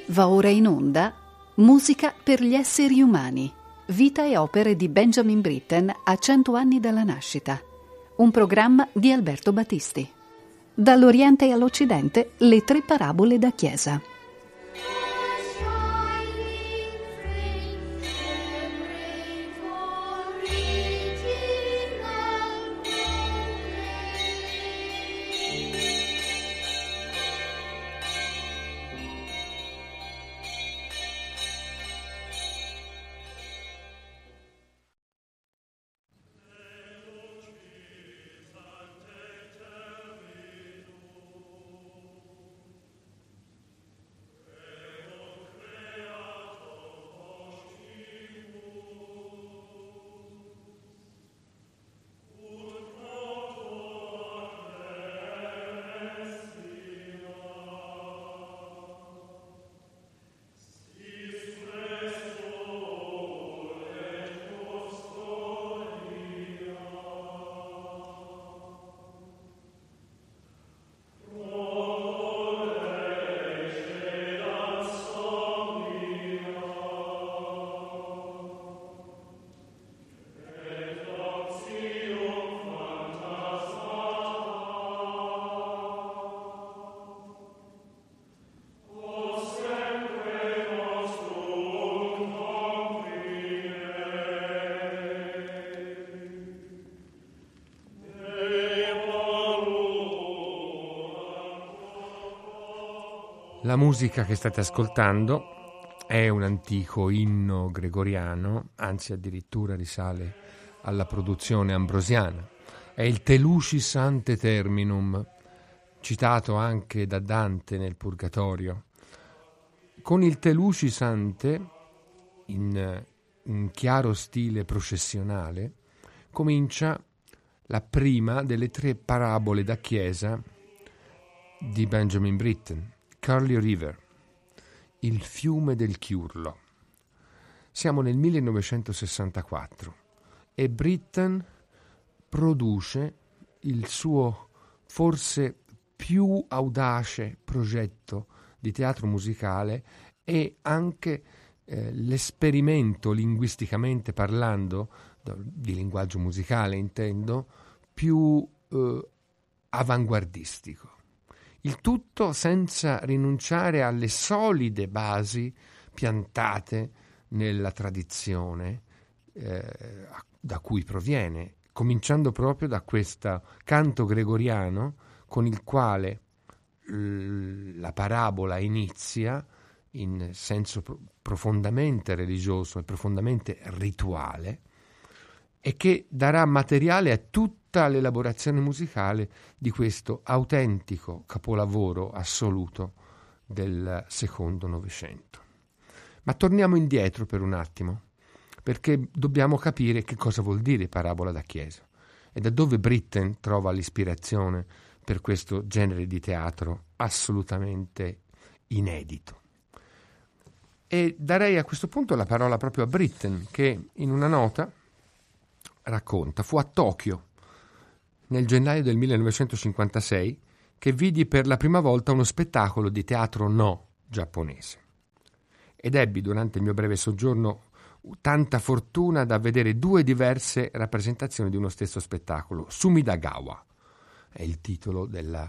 Va ora in onda Musica per gli esseri umani. Vita e opere di Benjamin Britten a 100 anni dalla nascita. Un programma di Alberto Battisti. Dall'Oriente all'Occidente, le tre parabole da Chiesa. La musica che state ascoltando è un antico inno gregoriano, anzi addirittura risale alla produzione ambrosiana. È il Te lucis ante terminum, citato anche da Dante nel Purgatorio. Con il Te lucis ante, in un chiaro stile processionale, comincia la prima delle tre parabole da chiesa di Benjamin Britten. Curly River, il fiume del Chiurlo. Siamo nel 1964 e Britten produce il suo forse più audace progetto di teatro musicale e anche l'esperimento, linguisticamente parlando, di linguaggio musicale intendo, più avanguardistico. Il tutto senza rinunciare alle solide basi piantate nella tradizione da cui proviene, cominciando proprio da questo canto gregoriano con il quale la parabola inizia in senso profondamente religioso e profondamente rituale e che darà materiale a tutta l'elaborazione musicale di questo autentico capolavoro assoluto del secondo Novecento. Ma torniamo indietro per un attimo, perché dobbiamo capire che cosa vuol dire parabola da chiesa e da dove Britten trova l'ispirazione per questo genere di teatro assolutamente inedito. E darei a questo punto la parola proprio a Britten, che in una nota racconta: fu a Tokyo nel gennaio del 1956 che vidi per la prima volta uno spettacolo di teatro no giapponese ed ebbi durante il mio breve soggiorno tanta fortuna da vedere due diverse rappresentazioni di uno stesso spettacolo. Sumidagawa è il titolo dello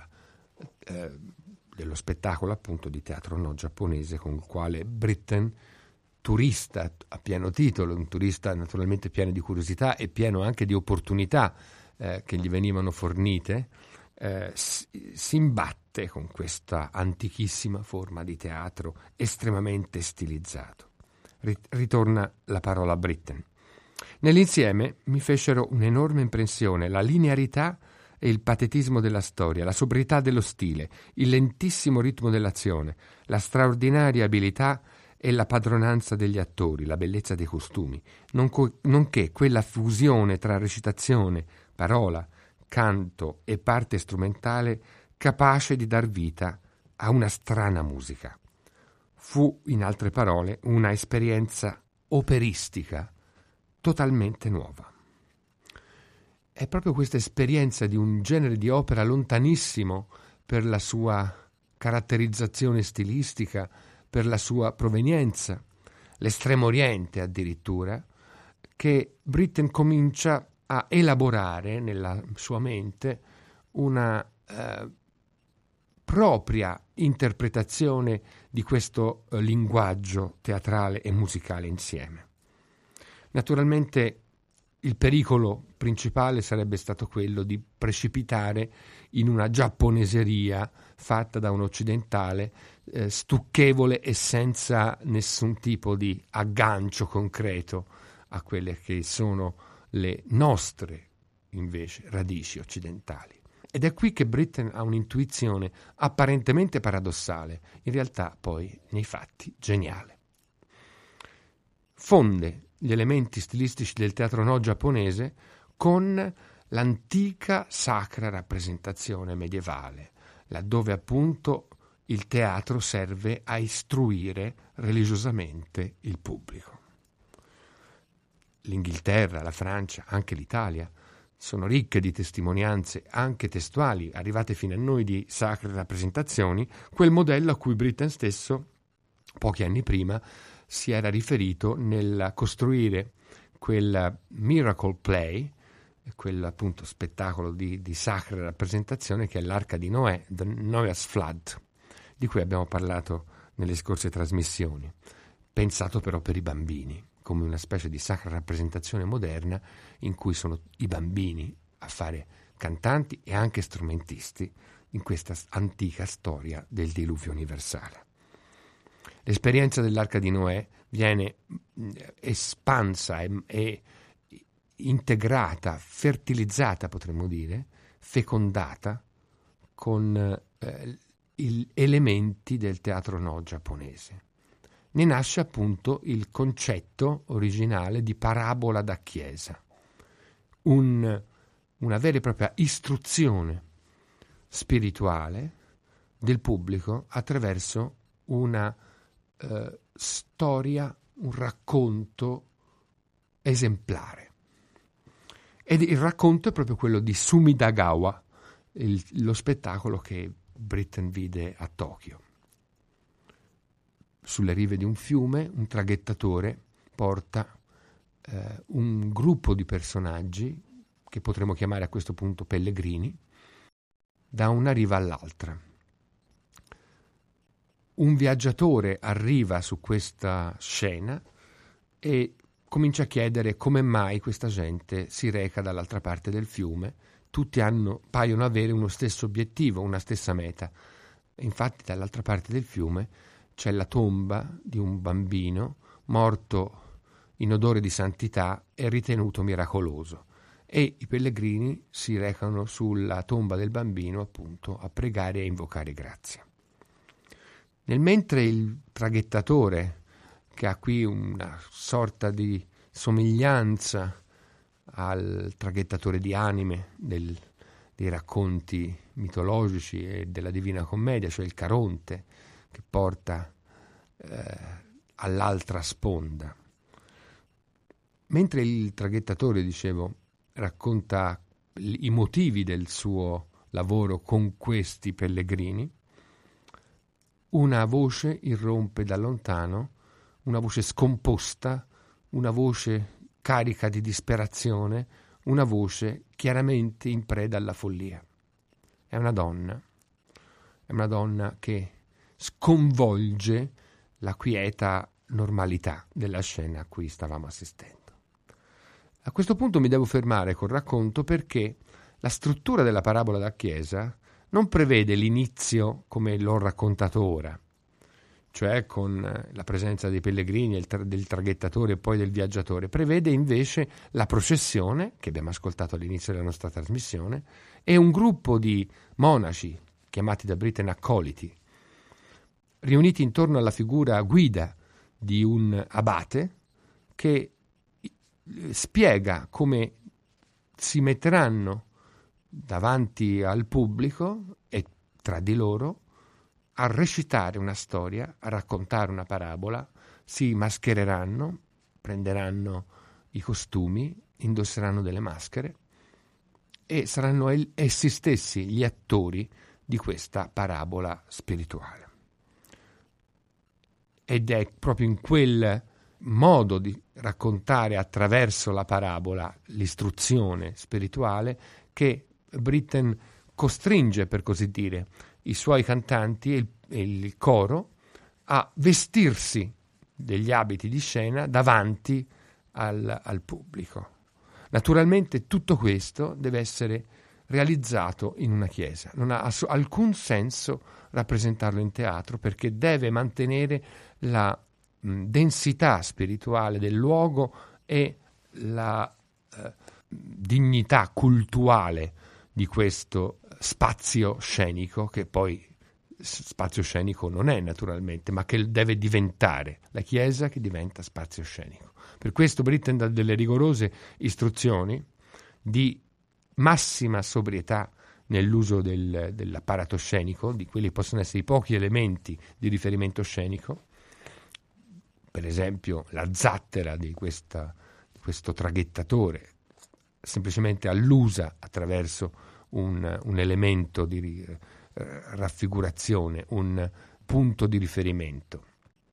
spettacolo appunto di teatro no giapponese con il quale Britten, turista a pieno titolo, un turista naturalmente pieno di curiosità e pieno anche di opportunità che gli venivano fornite, si imbatte con questa antichissima forma di teatro estremamente stilizzato. Ritorna la parola a Britten. Nell'insieme mi fecero un'enorme impressione la linearità e il patetismo della storia, la sobrietà dello stile, il lentissimo ritmo dell'azione, la straordinaria abilità e la padronanza degli attori, la bellezza dei costumi, nonché quella fusione tra recitazione, parola, canto e parte strumentale capace di dar vita a una strana musica. Fu, in altre parole, una esperienza operistica totalmente nuova. È proprio questa esperienza di un genere di opera lontanissimo per la sua caratterizzazione stilistica, per la sua provenienza, l'Estremo Oriente addirittura, che Britten comincia a elaborare nella sua mente una propria interpretazione di questo linguaggio teatrale e musicale insieme. Naturalmente il pericolo principale sarebbe stato quello di precipitare in una giapponeseria fatta da un occidentale stucchevole e senza nessun tipo di aggancio concreto a quelle che sono le nostre invece radici occidentali. Ed è qui che Britten ha un'intuizione apparentemente paradossale, in realtà poi nei fatti geniale. Fonde gli elementi stilistici del teatro no giapponese con l'antica sacra rappresentazione medievale, laddove appunto il teatro serve a istruire religiosamente il pubblico. L'Inghilterra, la Francia, anche l'Italia sono ricche di testimonianze, anche testuali, arrivate fino a noi, di sacre rappresentazioni, quel modello a cui Britten stesso, pochi anni prima, si era riferito nel costruire quel Miracle Play, quel appunto spettacolo di sacra rappresentazione che è l'Arca di Noè, The Noah's Flood, di cui abbiamo parlato nelle scorse trasmissioni, pensato però per i bambini, come una specie di sacra rappresentazione moderna in cui sono i bambini a fare cantanti e anche strumentisti in questa antica storia del diluvio universale. L'esperienza dell'Arca di Noè viene espansa e integrata, fertilizzata, potremmo dire, fecondata con elementi del teatro no giapponese. Ne nasce appunto il concetto originale di parabola da chiesa, una vera e propria istruzione spirituale del pubblico attraverso una storia, un racconto esemplare. Ed il racconto è proprio quello di Sumidagawa, lo spettacolo che Britten vide a Tokyo. Sulle rive di un fiume, un traghettatore porta un gruppo di personaggi, che potremmo chiamare a questo punto pellegrini, da una riva all'altra. Un viaggiatore arriva su questa scena e comincia a chiedere come mai questa gente si reca dall'altra parte del fiume. Tutti paiono avere uno stesso obiettivo, una stessa meta. Infatti dall'altra parte del fiume c'è la tomba di un bambino morto in odore di santità e ritenuto miracoloso, e i pellegrini si recano sulla tomba del bambino appunto a pregare e a invocare grazia. Nel mentre il traghettatore, che ha qui una sorta di somiglianza al traghettatore di anime dei racconti mitologici e della Divina Commedia, cioè il Caronte, che porta all'altra sponda. Mentre il traghettatore, dicevo, racconta i motivi del suo lavoro con questi pellegrini, una voce irrompe da lontano, una voce scomposta, una voce carica di disperazione, una voce chiaramente in preda alla follia. È una donna che sconvolge la quieta normalità della scena a cui stavamo assistendo. A questo punto mi devo fermare col racconto perché la struttura della parabola da chiesa non prevede l'inizio come l'ho raccontato ora, cioè con la presenza dei pellegrini, del traghettatore e poi del viaggiatore. Prevede invece la processione, che abbiamo ascoltato all'inizio della nostra trasmissione, e un gruppo di monaci, chiamati da Britten accoliti, riuniti intorno alla figura guida di un abate che spiega come si metteranno davanti al pubblico e tra di loro a recitare una storia, a raccontare una parabola, si maschereranno, prenderanno i costumi, indosseranno delle maschere e saranno essi stessi gli attori di questa parabola spirituale. ed è proprio in quel modo di raccontare attraverso la parabola l'istruzione spirituale che Britten costringe, per così dire, i suoi cantanti e il coro a vestirsi degli abiti di scena davanti al pubblico. Naturalmente tutto questo deve essere realizzato in una chiesa. Non ha alcun senso rappresentarlo in teatro, perché deve mantenere la densità spirituale del luogo e la dignità cultuale di questo spazio scenico, che poi spazio scenico non è naturalmente, ma che deve diventare, la chiesa che diventa spazio scenico. Per questo Britten dà delle rigorose istruzioni di massima sobrietà nell'uso dell'apparato scenico, di quelli che possono essere i pochi elementi di riferimento scenico, per esempio la zattera di questo traghettatore, semplicemente allusa attraverso un elemento di raffigurazione, un punto di riferimento.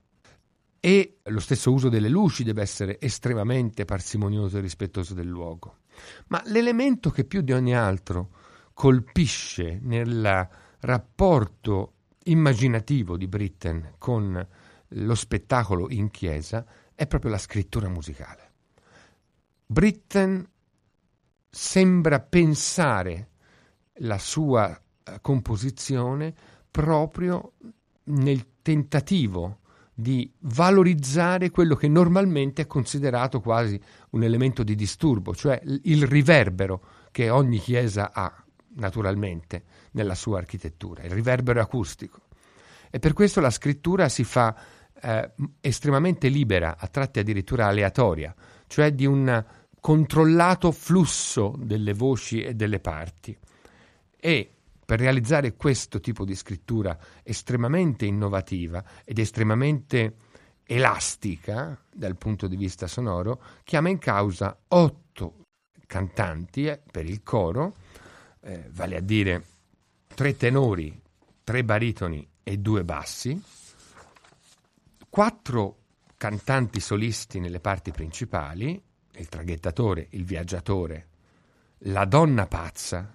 E lo stesso uso delle luci deve essere estremamente parsimonioso e rispettoso del luogo. Ma l'elemento che più di ogni altro colpisce nel rapporto immaginativo di Britten con lo spettacolo in chiesa è proprio la scrittura musicale. Britten sembra pensare la sua composizione proprio nel tentativo di valorizzare quello che normalmente è considerato quasi un elemento di disturbo, cioè il riverbero che ogni chiesa ha naturalmente nella sua architettura, il riverbero acustico. E per questo la scrittura si fa estremamente libera, a tratti addirittura aleatoria, cioè di un controllato flusso delle voci e delle parti. E per realizzare questo tipo di scrittura estremamente innovativa ed estremamente elastica dal punto di vista sonoro, chiama in causa 8 cantanti per il coro, vale a dire 3 tenori, 3 baritoni e 2 bassi, 4 cantanti solisti nelle parti principali, il traghettatore, il viaggiatore, la donna pazza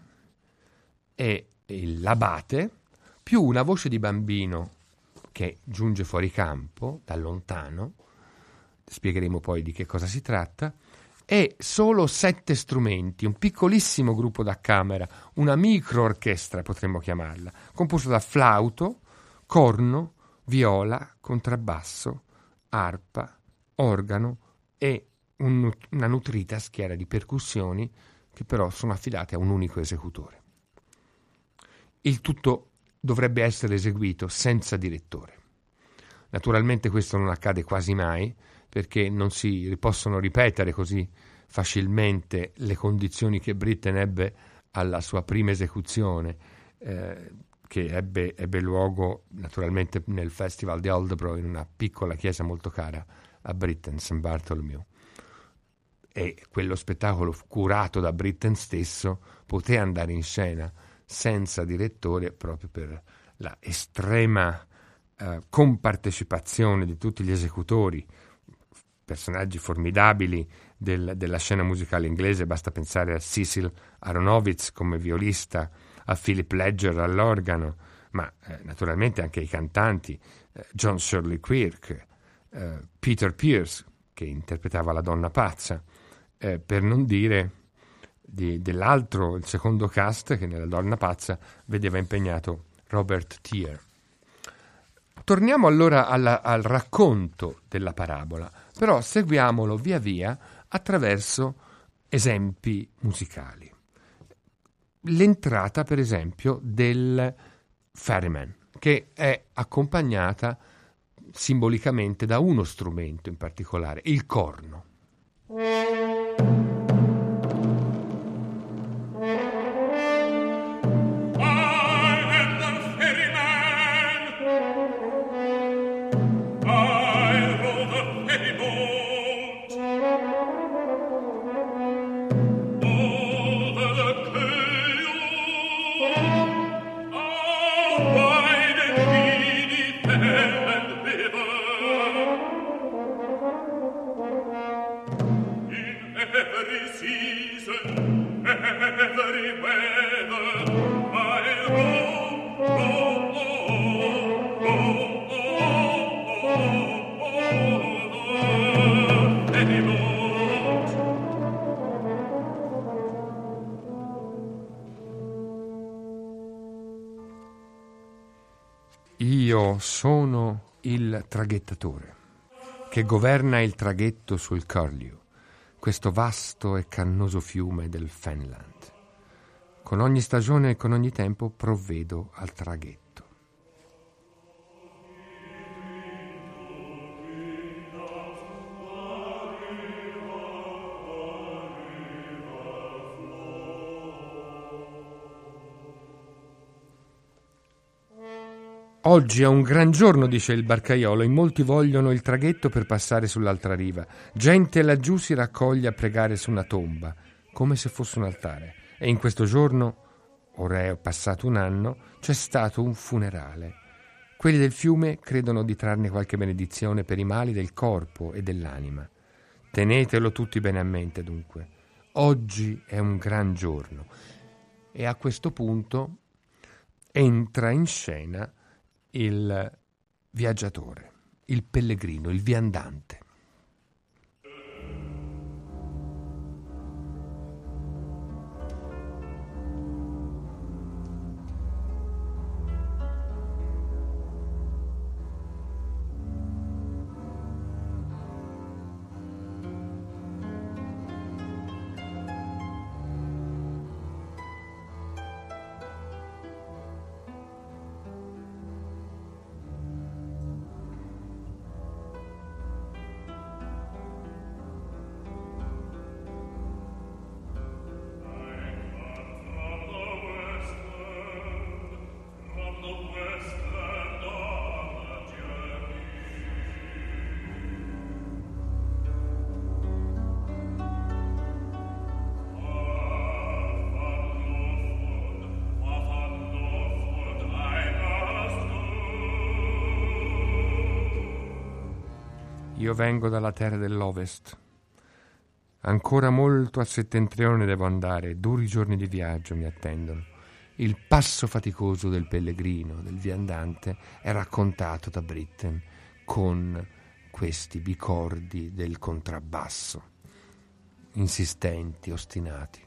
e l'abate, più una voce di bambino che giunge fuori campo da lontano, spiegheremo poi di che cosa si tratta, e solo 7 strumenti, un piccolissimo gruppo da camera, una micro-orchestra potremmo chiamarla, composta da flauto, corno, viola, contrabbasso, arpa, organo e una nutrita schiera di percussioni che però sono affidate a un unico esecutore. Il tutto dovrebbe essere eseguito senza direttore. Naturalmente questo non accade quasi mai, perché non si possono ripetere così facilmente le condizioni che Britten ebbe alla sua prima esecuzione, che ebbe luogo naturalmente nel Festival di Aldeburgh, in una piccola chiesa molto cara a Britten, St. Bartholomew. E quello spettacolo curato da Britten stesso poté andare in scena senza direttore proprio per la estrema compartecipazione di tutti gli esecutori, personaggi formidabili della scena musicale inglese. Basta pensare a Cecil Aronowitz come violista, a Philip Ledger all'organo, ma naturalmente anche ai cantanti, John Shirley Quirk, Peter Pearce che interpretava la donna pazza, per non dire dell'altro, il secondo cast che nella donna pazza vedeva impegnato Robert Thier. Torniamo allora al racconto della parabola, però seguiamolo via via attraverso esempi musicali. L'entrata, per esempio, del ferryman, che è accompagnata simbolicamente da uno strumento in particolare, il corno. River Io sono il traghettatore che governa il traghetto sul Curlew, questo vasto e cannoso fiume del Fenland. Con ogni stagione e con ogni tempo provvedo al traghetto. Oggi è un gran giorno, dice il barcaiolo, in molti vogliono il traghetto per passare sull'altra riva. Gente laggiù si raccoglie a pregare su una tomba, come se fosse un altare. E in questo giorno, ora è passato un anno, c'è stato un funerale. Quelli del fiume credono di trarne qualche benedizione per i mali del corpo e dell'anima. Tenetelo tutti bene a mente, dunque. Oggi è un gran giorno. E a questo punto entra in scena il viaggiatore, il pellegrino, il viandante. Io vengo dalla terra dell'Ovest. Ancora molto a settentrione devo andare, duri giorni di viaggio mi attendono. Il passo faticoso del pellegrino, del viandante, è raccontato da Britten con questi bicordi del contrabbasso, insistenti, ostinati.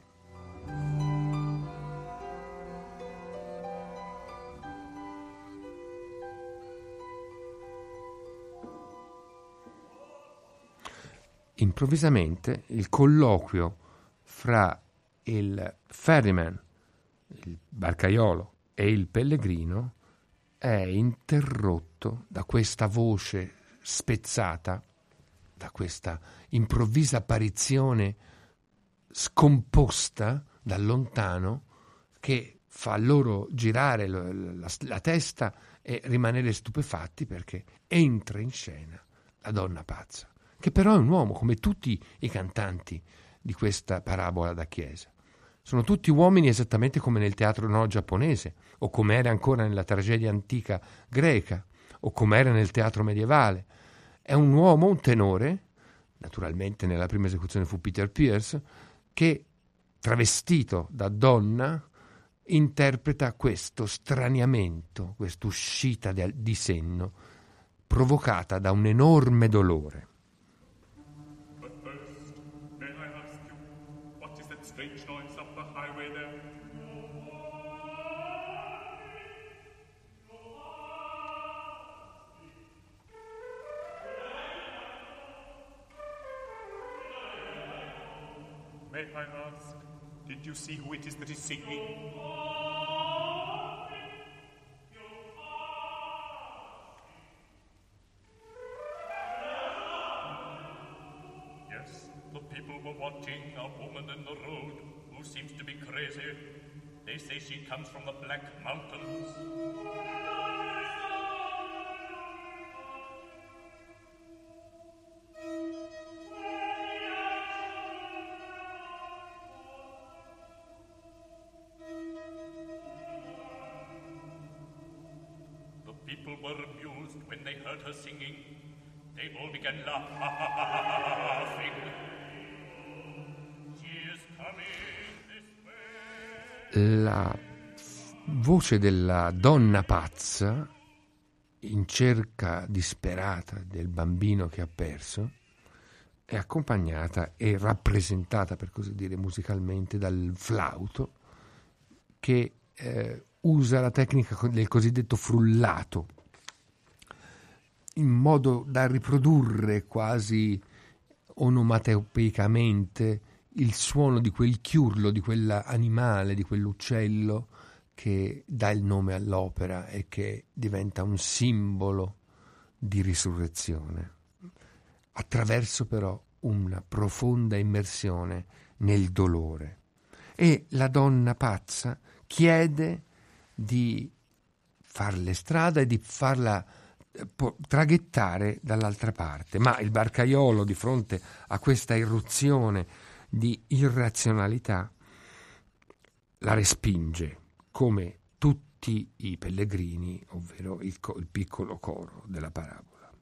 Improvvisamente il colloquio fra il ferryman, il barcaiolo, e il pellegrino è interrotto da questa voce spezzata, da questa improvvisa apparizione scomposta da lontano che fa loro girare la testa e rimanere stupefatti perché entra in scena la donna pazza, che però è un uomo, come tutti i cantanti di questa parabola da chiesa. Sono tutti uomini esattamente come nel teatro no giapponese, o come era ancora nella tragedia antica greca, o come era nel teatro medievale. È un uomo, un tenore, naturalmente nella prima esecuzione fu Peter Pears, che, travestito da donna, interpreta questo straniamento, quest'uscita di senno, provocata da un enorme dolore. Strange noise up the highway there. May I ask, did you see who it is that is singing? The people were wanting a woman in the road who seems to be crazy. They say she comes from the Black Mountains. The people were amused when they heard her singing. They all began laughing. La voce della donna pazza, in cerca disperata del bambino che ha perso, è accompagnata e rappresentata, per così dire, musicalmente dal flauto, che usa la tecnica del cosiddetto frullato, in modo da riprodurre quasi onomatopeicamente il suono di quel chiurlo, di quell'animale, di quell'uccello che dà il nome all'opera e che diventa un simbolo di risurrezione, attraverso però una profonda immersione nel dolore. E la donna pazza chiede di farle strada e di farla traghettare dall'altra parte, ma il barcaiolo, di fronte a questa irruzione di irrazionalità, la respinge come tutti i pellegrini, ovvero il piccolo coro della parabola,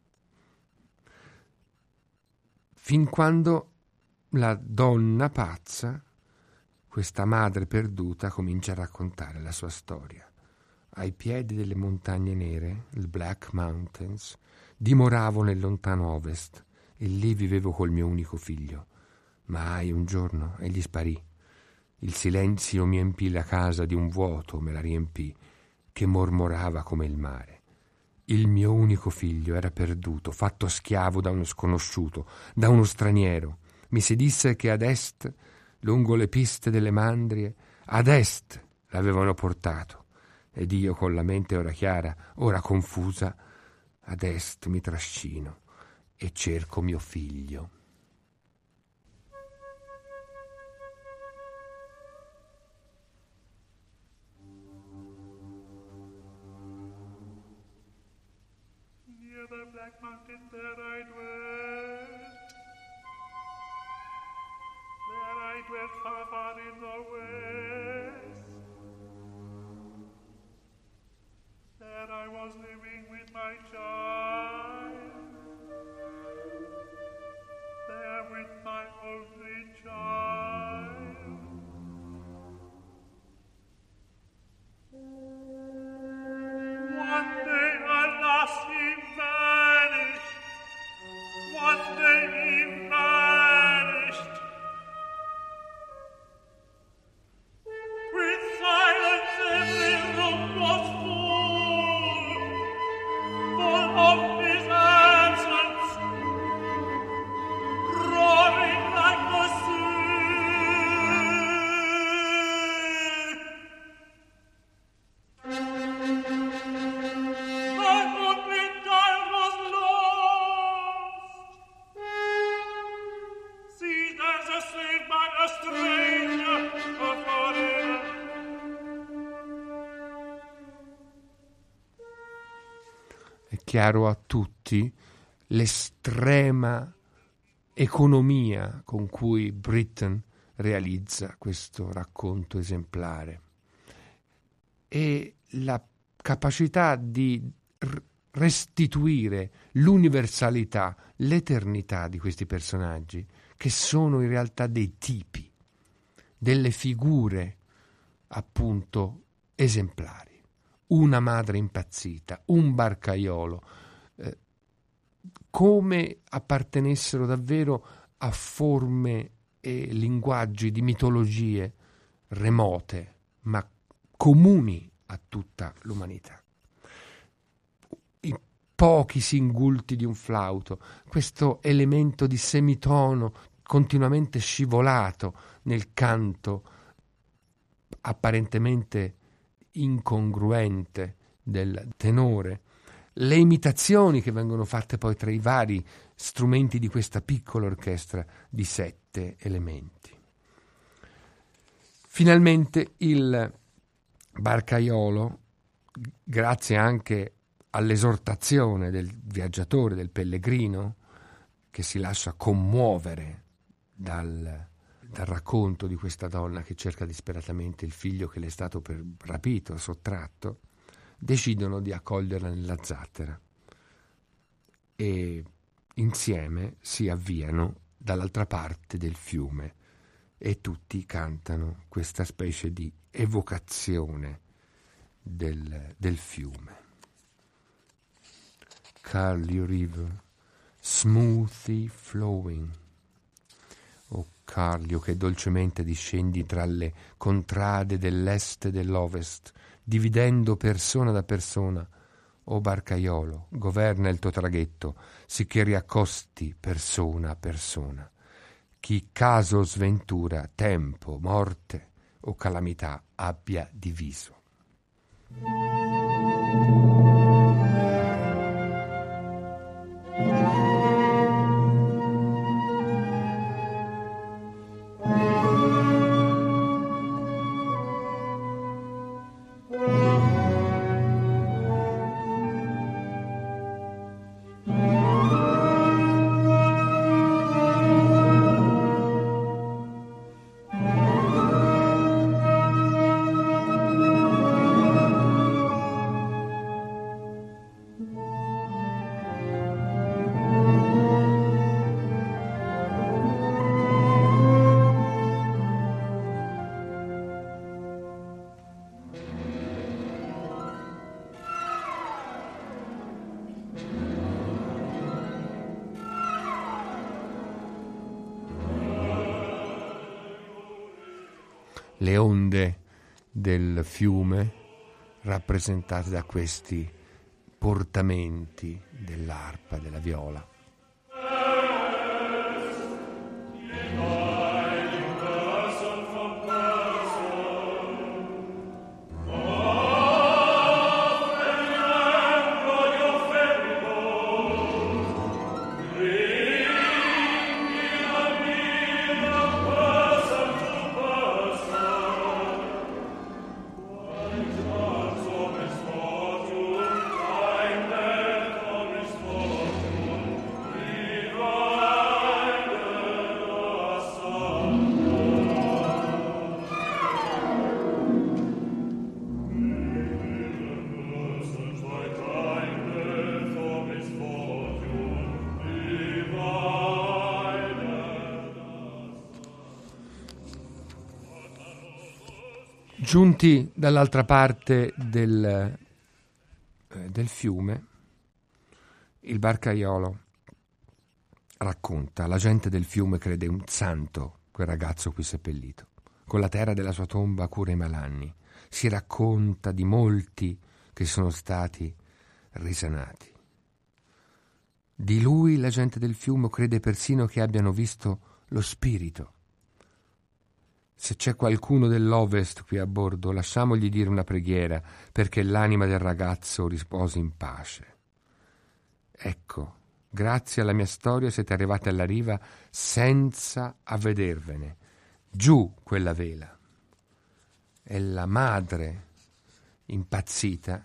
fin quando la donna pazza, questa madre perduta, comincia a raccontare la sua storia. Ai piedi delle montagne nere, il Black Mountains, dimoravo nel lontano ovest e lì vivevo col mio unico figlio. Mai un giorno egli sparì. Il silenzio mi empì la casa di un vuoto, me la riempì, che mormorava come il mare. Il mio unico figlio era perduto, fatto schiavo da uno sconosciuto, da uno straniero. Mi si disse che ad est, lungo le piste delle mandrie, ad est l'avevano portato. Ed io, con la mente ora chiara, ora confusa, ad est mi trascino e cerco mio figlio. Near the Black Mountain there I dwelt. There I dwelt far, far in the west. There I was living with my child, there with my only child. One day, alas, he vanished. One day he vanished. With silence every room was full of his absence, roaring like the sea. My only child was lost. See, there's a slave by a stranger, a foreigner. È chiaro a tutti l'estrema economia con cui Britten realizza questo racconto esemplare e la capacità di restituire l'universalità, l'eternità di questi personaggi, che sono in realtà dei tipi, delle figure appunto esemplari. Una madre impazzita, un barcaiolo, come appartenessero davvero a forme e linguaggi di mitologie remote, ma comuni a tutta l'umanità. I pochi singulti di un flauto, questo elemento di semitono continuamente scivolato nel canto apparentemente incongruente del tenore, le imitazioni che vengono fatte poi tra i vari strumenti di questa piccola orchestra di 7 elementi. Finalmente il barcaiolo, grazie anche all'esortazione del viaggiatore, del pellegrino, che si lascia commuovere dal racconto di questa donna che cerca disperatamente il figlio che le è stato rapito, sottratto, decidono di accoglierla nella zattera e insieme si avviano dall'altra parte del fiume e tutti cantano questa specie di evocazione del fiume. Carly River, smoothly flowing. O Carlio, che dolcemente discendi tra le contrade dell'est e dell'ovest, dividendo persona da persona o barcaiolo, governa il tuo traghetto, sicché riaccosti persona a persona. Chi caso o sventura, tempo, morte o calamità abbia diviso. Le onde del fiume rappresentate da questi portamenti dell'arpa, della viola. Giunti dall'altra parte del fiume, il barcaiolo racconta: la gente del fiume crede un santo quel ragazzo qui seppellito, con la terra della sua tomba cura i malanni. Si racconta di molti che sono stati risanati. Di lui la gente del fiume crede persino che abbiano visto lo spirito. Se c'è qualcuno dell'Ovest qui a bordo, lasciamogli dire una preghiera perché l'anima del ragazzo riposi in pace. Ecco, grazie alla mia storia siete arrivati alla riva senza avvedervene. Giù quella vela. E la madre, impazzita,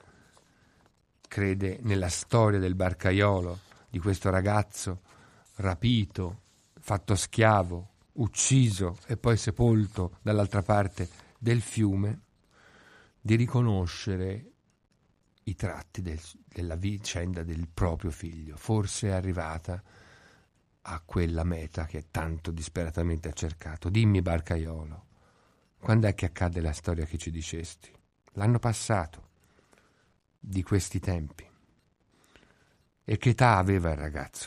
crede nella storia del barcaiolo, di questo ragazzo rapito, fatto schiavo, ucciso e poi sepolto dall'altra parte del fiume, di riconoscere i tratti della vicenda del proprio figlio. Forse è arrivata a quella meta che tanto disperatamente ha cercato. Dimmi, barcaiolo, quando è che accadde la storia che ci dicesti? L'anno passato, di questi tempi. E che età aveva il ragazzo?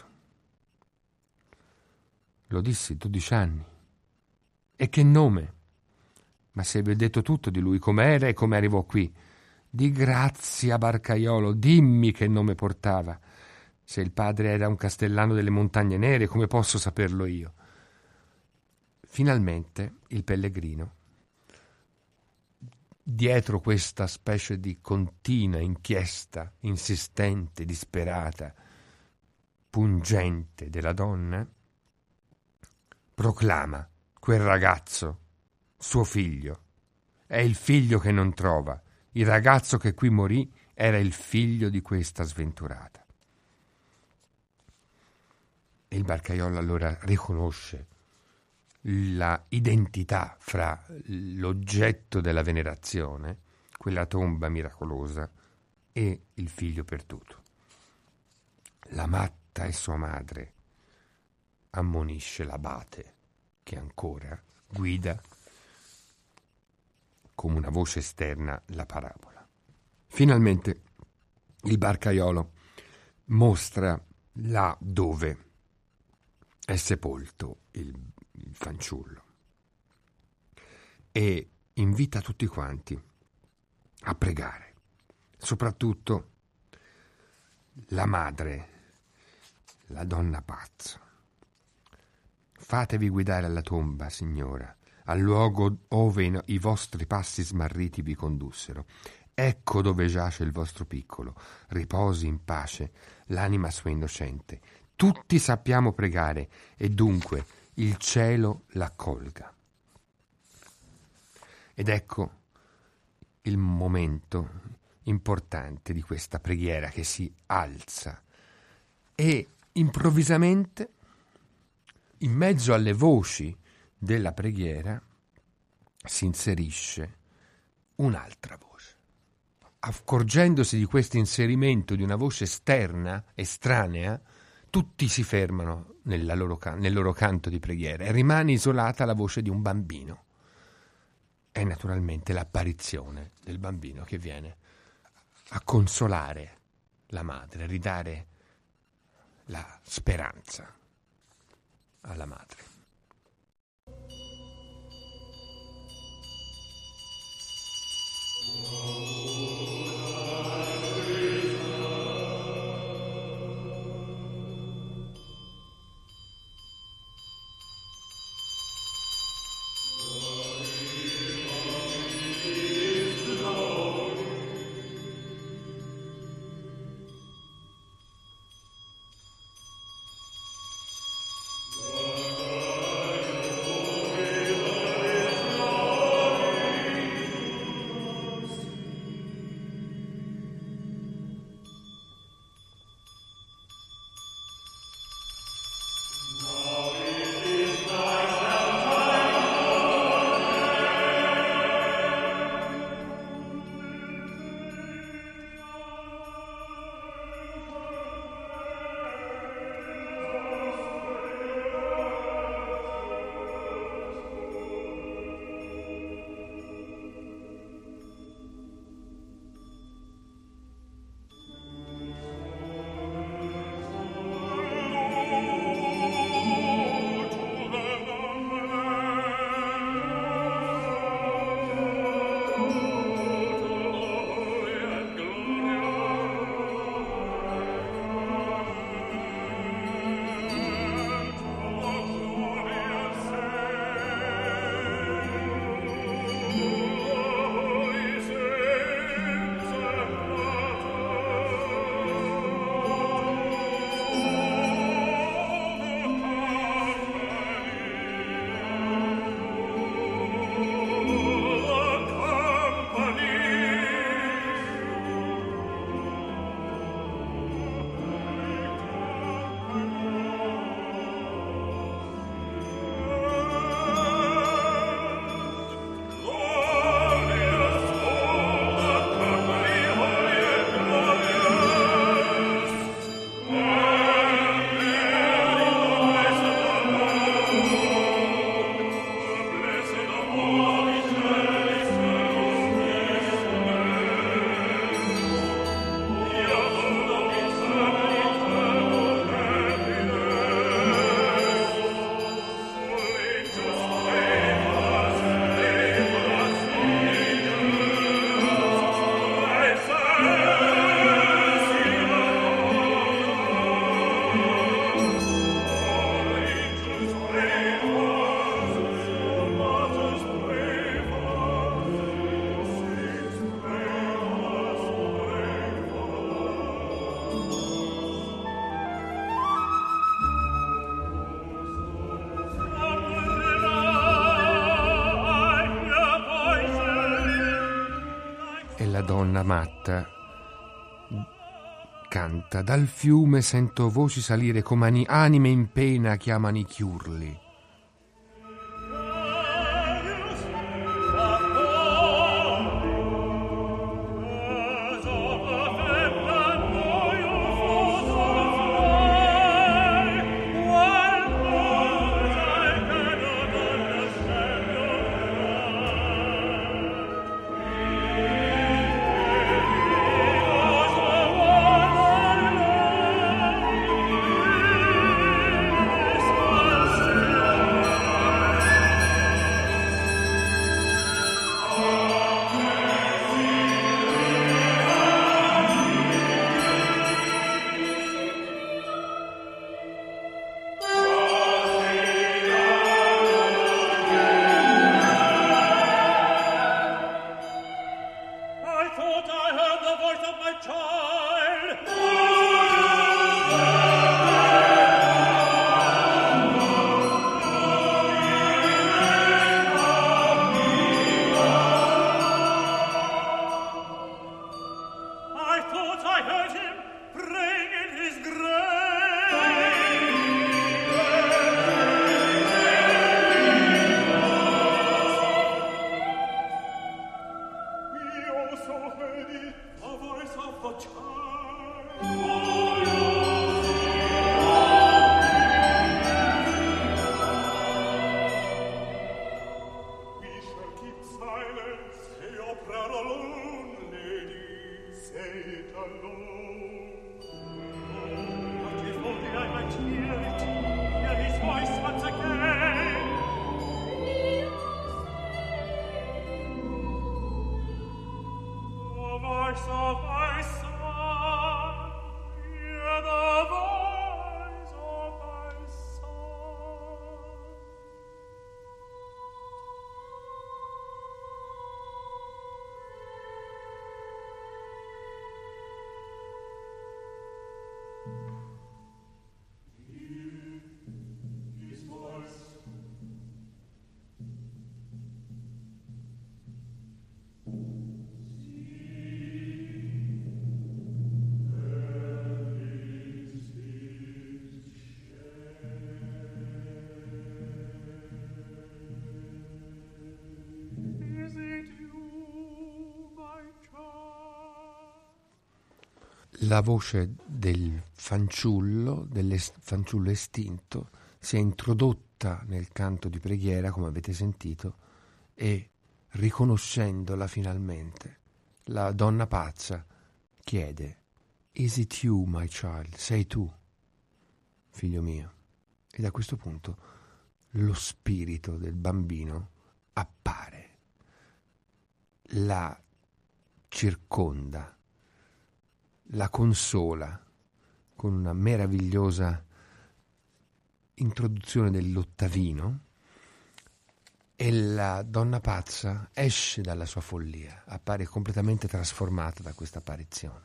Lo dissi, 12 anni. E che nome? Ma se vi ho detto tutto di lui, com'era e come arrivò qui. Di grazia, barcaiolo, dimmi che nome portava. Se il padre era un castellano delle montagne nere, come posso saperlo io? Finalmente il pellegrino, dietro questa specie di continua inchiesta, insistente, disperata, pungente della donna, proclama: quel ragazzo, suo figlio, è il figlio che non trova. Il ragazzo che qui morì era il figlio di questa sventurata. E il barcaiolo allora riconosce la identità fra l'oggetto della venerazione, quella tomba miracolosa, e il figlio perduto. La matta e sua madre ammonisce l'abate, che ancora guida come una voce esterna la parabola. Finalmente il barcaiolo mostra là dove è sepolto il fanciullo e invita tutti quanti a pregare, soprattutto la madre, la donna pazza. Fatevi guidare alla tomba, signora, al luogo ove i vostri passi smarriti vi condussero. Ecco dove giace il vostro piccolo. Riposi in pace l'anima sua innocente. Tutti sappiamo pregare e dunque il cielo l'accolga. Ed ecco il momento importante di questa preghiera che si alza e improvvisamente, in mezzo alle voci della preghiera, si inserisce un'altra voce. Accorgendosi di questo inserimento di una voce esterna, estranea, tutti si fermano nel loro canto di preghiera e rimane isolata la voce di un bambino. È naturalmente l'apparizione del bambino che viene a consolare la madre, a ridare la speranza alla madre. La donna matta canta: dal fiume sento voci salire come anime in pena chiamano i chiurli. la voce del fanciullo estinto, si è introdotta nel canto di preghiera, come avete sentito, e riconoscendola finalmente, la donna pazza chiede: "Is it you, my child?" Sei tu, figlio mio. E da questo punto lo spirito del bambino appare, la circonda, la consola con una meravigliosa introduzione dell'ottavino, e la donna pazza esce dalla sua follia, appare completamente trasformata da questa apparizione.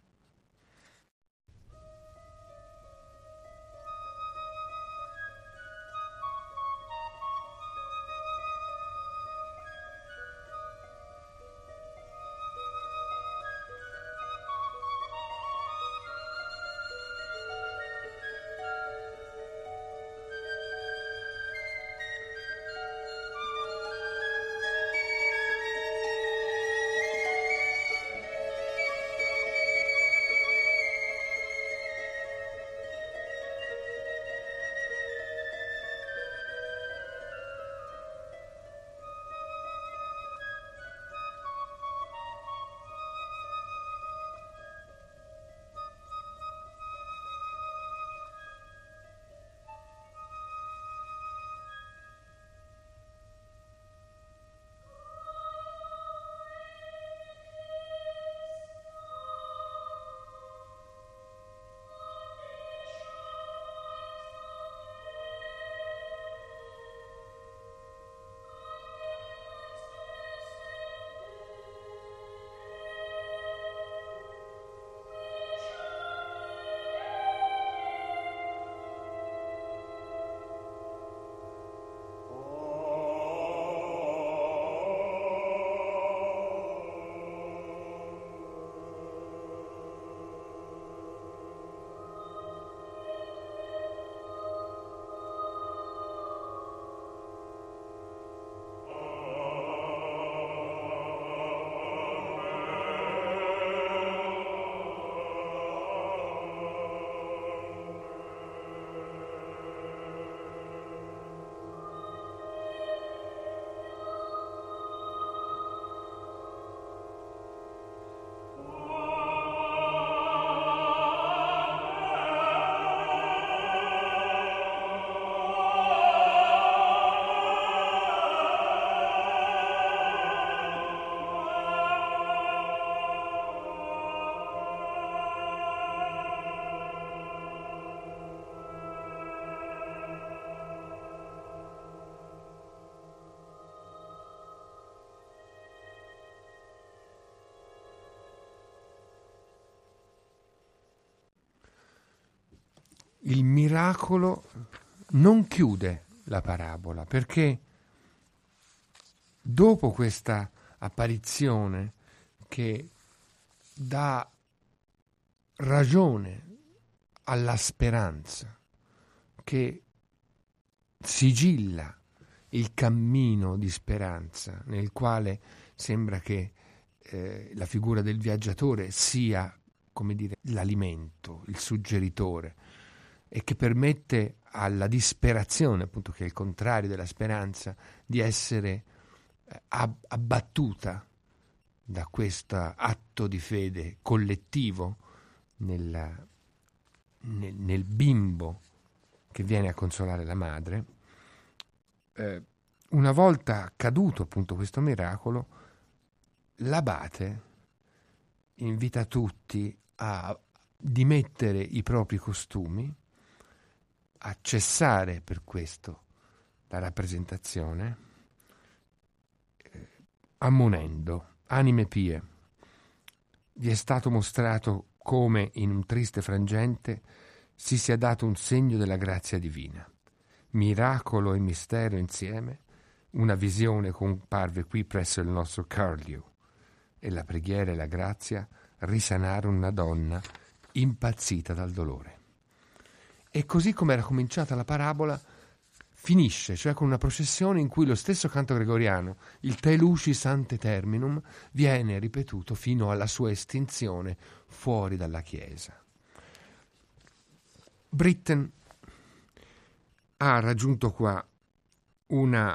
Il miracolo non chiude la parabola, perché dopo questa apparizione che dà ragione alla speranza, che sigilla il cammino di speranza nel quale sembra che la figura del viaggiatore sia, come dire, l'alimento, il suggeritore, e che permette alla disperazione, appunto, che è il contrario della speranza, di essere abbattuta da questo atto di fede collettivo nel bimbo che viene a consolare la madre. Una volta accaduto appunto questo miracolo, l'abate invita tutti a dimettere i propri costumi, a cessare per questo la rappresentazione, ammonendo: anime pie, vi è stato mostrato come in un triste frangente si sia dato un segno della grazia divina. Miracolo e mistero insieme, una visione comparve qui presso il nostro Curlew, e la preghiera e la grazia risanarono una donna impazzita dal dolore. E così come era cominciata la parabola, finisce, cioè con una processione in cui lo stesso canto gregoriano, il Te Lucis ante terminum, viene ripetuto fino alla sua estinzione fuori dalla chiesa. Britten ha raggiunto qua una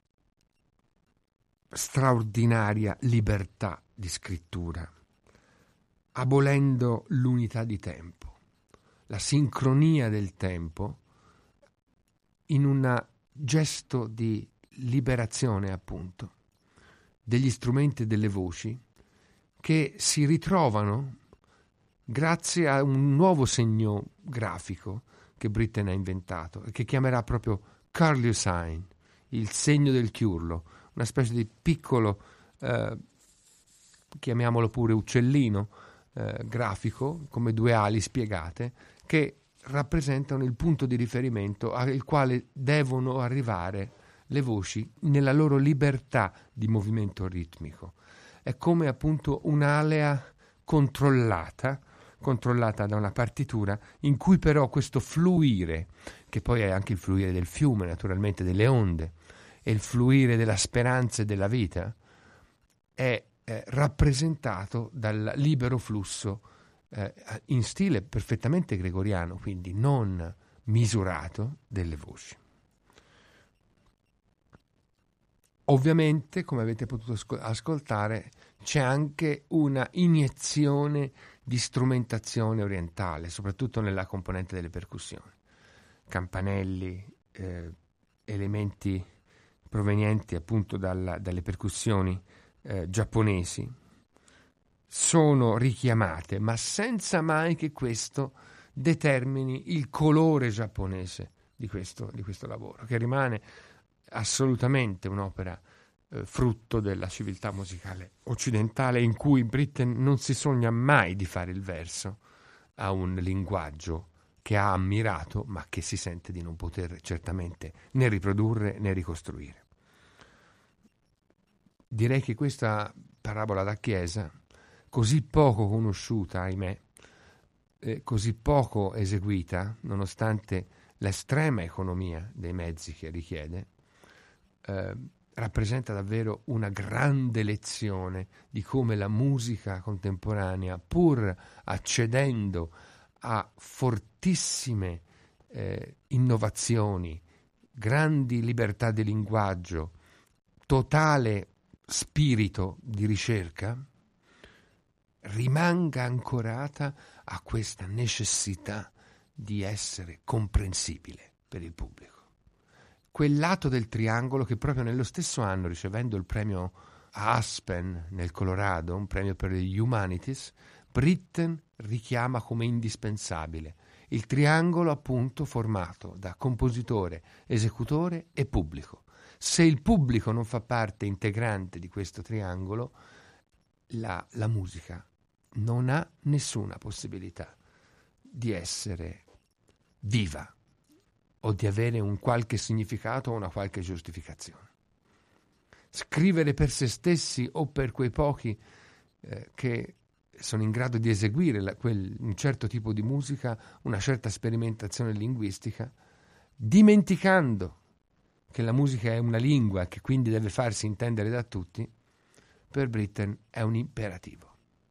straordinaria libertà di scrittura, abolendo l'unità di tempo, la sincronia del tempo, in un gesto di liberazione, appunto, degli strumenti e delle voci che si ritrovano grazie a un nuovo segno grafico che Britten ha inventato e che chiamerà proprio curlew sign, il segno del chiurlo, una specie di piccolo, chiamiamolo pure uccellino, grafico, come due ali spiegate, che rappresentano il punto di riferimento al quale devono arrivare le voci nella loro libertà di movimento ritmico. È come appunto un'alea controllata da una partitura in cui però questo fluire, che poi è anche il fluire del fiume, naturalmente delle onde, e il fluire della speranza e della vita, è rappresentato dal libero flusso in stile perfettamente gregoriano, quindi non misurato, delle voci. Ovviamente, come avete potuto ascoltare, c'è anche una iniezione di strumentazione orientale, soprattutto nella componente delle percussioni. Campanelli, elementi provenienti appunto dalle percussioni giapponesi, sono richiamate, ma senza mai che questo determini il colore giapponese di questo lavoro, che rimane assolutamente un'opera frutto della civiltà musicale occidentale, in cui Britten non si sogna mai di fare il verso a un linguaggio che ha ammirato, ma che si sente di non poter certamente né riprodurre né ricostruire. Direi che questa parabola da chiesa, così poco conosciuta, ahimè, così poco eseguita, nonostante l'estrema economia dei mezzi che richiede, rappresenta davvero una grande lezione di come la musica contemporanea, pur accedendo a fortissime innovazioni, grandi libertà di linguaggio, totale spirito di ricerca, rimanga ancorata a questa necessità di essere comprensibile per il pubblico. Quel lato del triangolo che proprio nello stesso anno, ricevendo il premio a Aspen nel Colorado, un premio per le Humanities, Britten richiama come indispensabile il triangolo appunto formato da compositore, esecutore e pubblico. Se il pubblico non fa parte integrante di questo triangolo, la musica non ha nessuna possibilità di essere viva o di avere un qualche significato o una qualche giustificazione. Scrivere per se stessi o per quei pochi che sono in grado di eseguire un certo tipo di musica, una certa sperimentazione linguistica, dimenticando che la musica è una lingua e che quindi deve farsi intendere da tutti, per Britten è un imperativo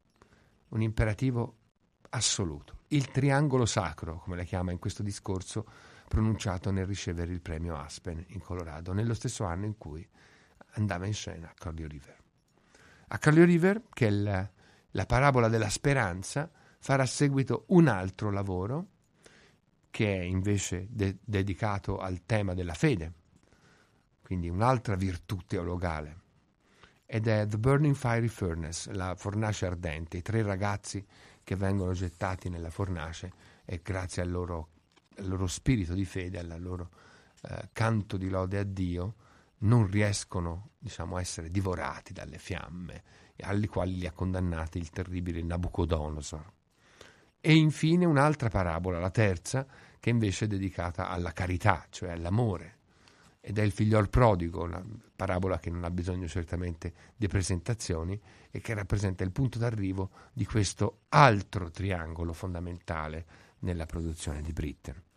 assoluto. Il triangolo sacro, come la chiama in questo discorso, pronunciato nel ricevere il premio Aspen in Colorado, nello stesso anno in cui andava in scena a Curlew River. A Curlew River, che è la parabola della speranza, farà seguito un altro lavoro che è invece dedicato al tema della fede, quindi un'altra virtù teologale, ed è The Burning Fiery Furnace, la fornace ardente, i 3 ragazzi che vengono gettati nella fornace e grazie al loro spirito di fede, al loro canto di lode a Dio, non riescono, a essere divorati dalle fiamme, alle quali li ha condannati il terribile Nabucodonosor. E infine un'altra parabola, la terza, che invece è dedicata alla carità, cioè all'amore, ed è il figliol prodigo, una parabola che non ha bisogno certamente di presentazioni e che rappresenta il punto d'arrivo di questo altro triangolo fondamentale nella produzione di Britten.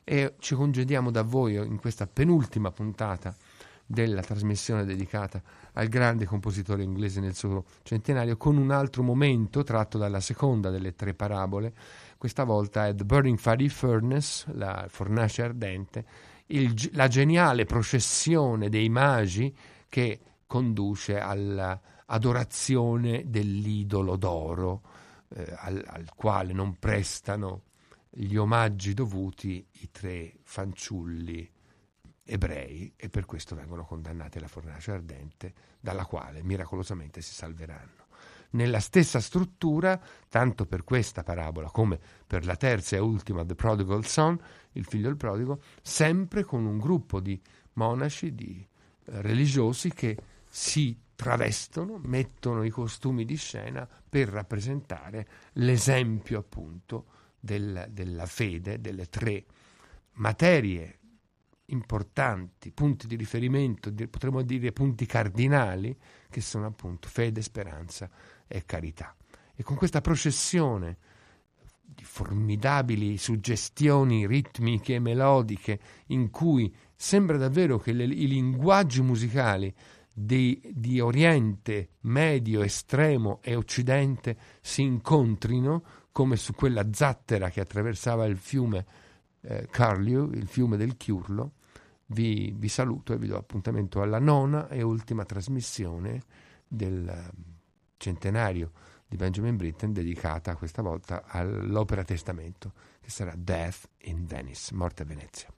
e ci congediamo da voi in questa penultima puntata della trasmissione dedicata al grande compositore inglese nel suo centenario, con un altro momento tratto dalla seconda delle 3 parabole. Questa volta è The Burning Fiery Furnace, la fornace ardente, la geniale processione dei magi che conduce all'adorazione dell'idolo d'oro, al quale non prestano gli omaggi dovuti i 3 fanciulli ebrei, e per questo vengono condannati alla fornace ardente, dalla quale miracolosamente si salveranno. Nella stessa struttura, tanto per questa parabola come per la terza e ultima, The Prodigal Son, il figlio del prodigo, sempre con un gruppo di monaci, di religiosi che si travestono, mettono i costumi di scena per rappresentare l'esempio appunto della fede, delle 3 materie importanti, punti di riferimento, potremmo dire punti cardinali, che sono appunto fede, speranza e carità. E con questa processione di formidabili suggestioni ritmiche e melodiche, in cui sembra davvero che i linguaggi musicali di Oriente, Medio, Estremo e Occidente si incontrino, come su quella zattera che attraversava il fiume Carliu, il fiume del Chiurlo. Vi saluto e vi do appuntamento alla 9ª e ultima trasmissione del centenario di Benjamin Britten, dedicata questa volta all'opera Testamento, che sarà Death in Venice, Morte a Venezia.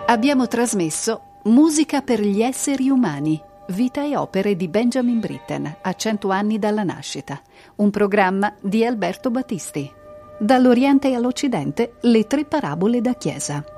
Abbiamo trasmesso Musica per gli esseri umani, vita e opere di Benjamin Britten a 100 anni dalla nascita, un programma di Alberto Battisti. Dall'Oriente all'Occidente, le 3 parabole da Chiesa.